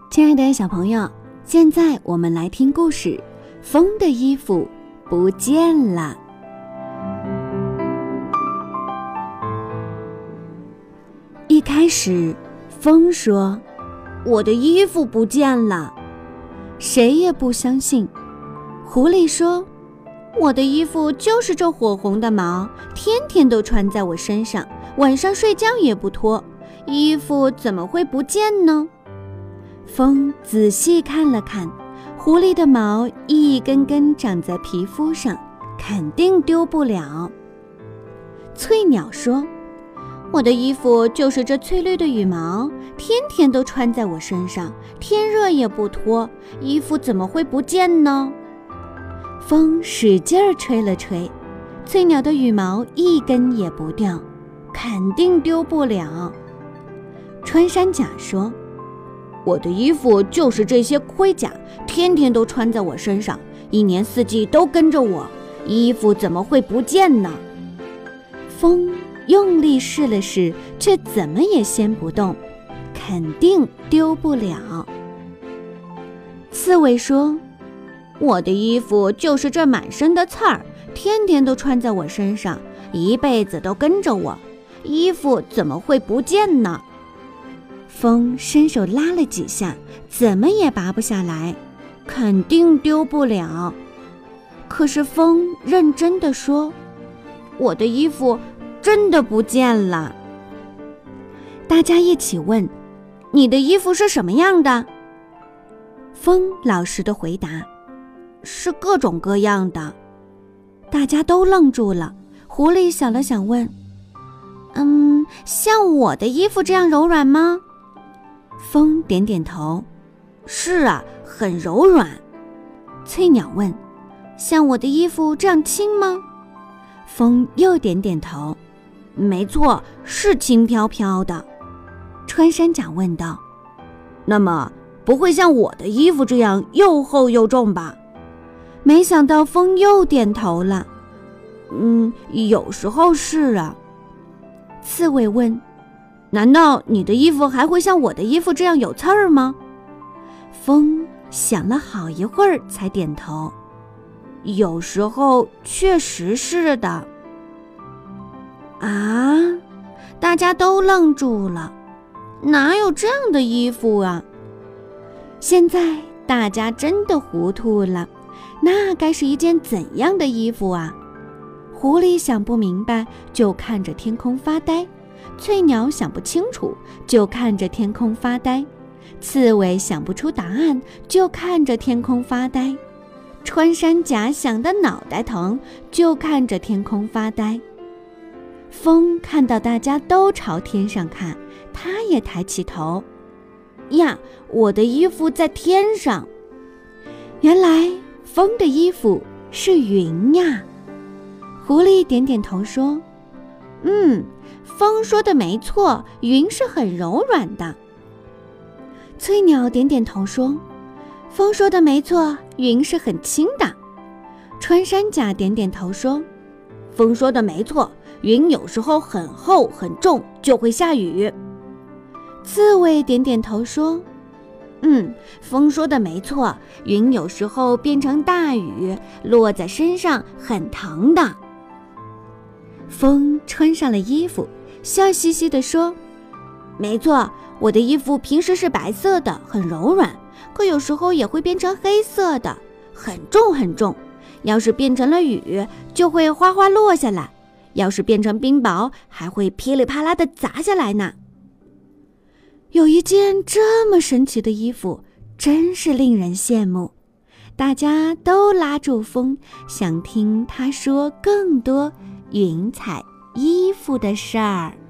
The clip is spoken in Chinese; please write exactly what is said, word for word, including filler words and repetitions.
亲爱的小朋友，现在我们来听故事《风的衣服不见了》。一开始，风说：“我的衣服不见了。”谁也不相信。狐狸说：“我的衣服就是这火红的毛，天天都穿在我身上，晚上睡觉也不脱，衣服怎么会不见呢？”风仔细看了看，狐狸的毛一根根长在皮肤上，肯定丢不了。翠鸟说：“我的衣服就是这翠绿的羽毛，天天都穿在我身上，天热也不脱，衣服怎么会不见呢？”风使劲儿吹了吹，翠鸟的羽毛一根也不掉，肯定丢不了。穿山甲说：“我的衣服就是这些盔甲，天天都穿在我身上，一年四季都跟着我，衣服怎么会不见呢？”风用力试了试，却怎么也掀不动，肯定丢不了。刺猬说：“我的衣服就是这满身的刺儿，天天都穿在我身上，一辈子都跟着我，衣服怎么会不见呢？”风伸手拉了几下，怎么也拔不下来，肯定丢不了。可是风认真地说：“我的衣服真的不见了。”大家一起问：“你的衣服是什么样的？”风老实地回答：“是各种各样的。”大家都愣住了。狐狸想了想问：“嗯，像我的衣服这样柔软吗？”风点点头：“是啊，很柔软。”翠鸟问：“像我的衣服这样轻吗？”风又点点头：“没错，是轻飘飘的。”穿山甲问道：“那么不会像我的衣服这样又厚又重吧？”没想到风又点头了：“嗯，有时候是啊。”刺猬问：“难道你的衣服还会像我的衣服这样有刺儿吗？”风想了好一会儿才点头：“有时候确实是的。”啊！大家都愣住了，哪有这样的衣服啊？现在大家真的糊涂了，那该是一件怎样的衣服啊？狐狸想不明白，就看着天空发呆。翠鸟想不清楚，就看着天空发呆；刺猬想不出答案，就看着天空发呆；穿山甲想得脑袋疼，就看着天空发呆。风看到大家都朝天上看，他也抬起头：“呀，我的衣服在天上！”原来风的衣服是云呀。狐狸点点头说：“嗯，风说的没错，云是很柔软的。”翠鸟点点头说：“风说的没错，云是很轻的。”穿山甲点点头说：“风说的没错，云有时候很厚很重，就会下雨。”刺猬点点头说：“嗯，风说的没错，云有时候变成大雨，落在身上很疼的。”风穿上了衣服，笑嘻嘻地说：“没错，我的衣服平时是白色的，很柔软，可有时候也会变成黑色的，很重很重。要是变成了雨，就会哗哗落下来；要是变成冰雹，还会噼里啪啦地砸下来呢。”有一件这么神奇的衣服，真是令人羡慕。大家都拉住风，想听他说更多云彩衣服的事儿。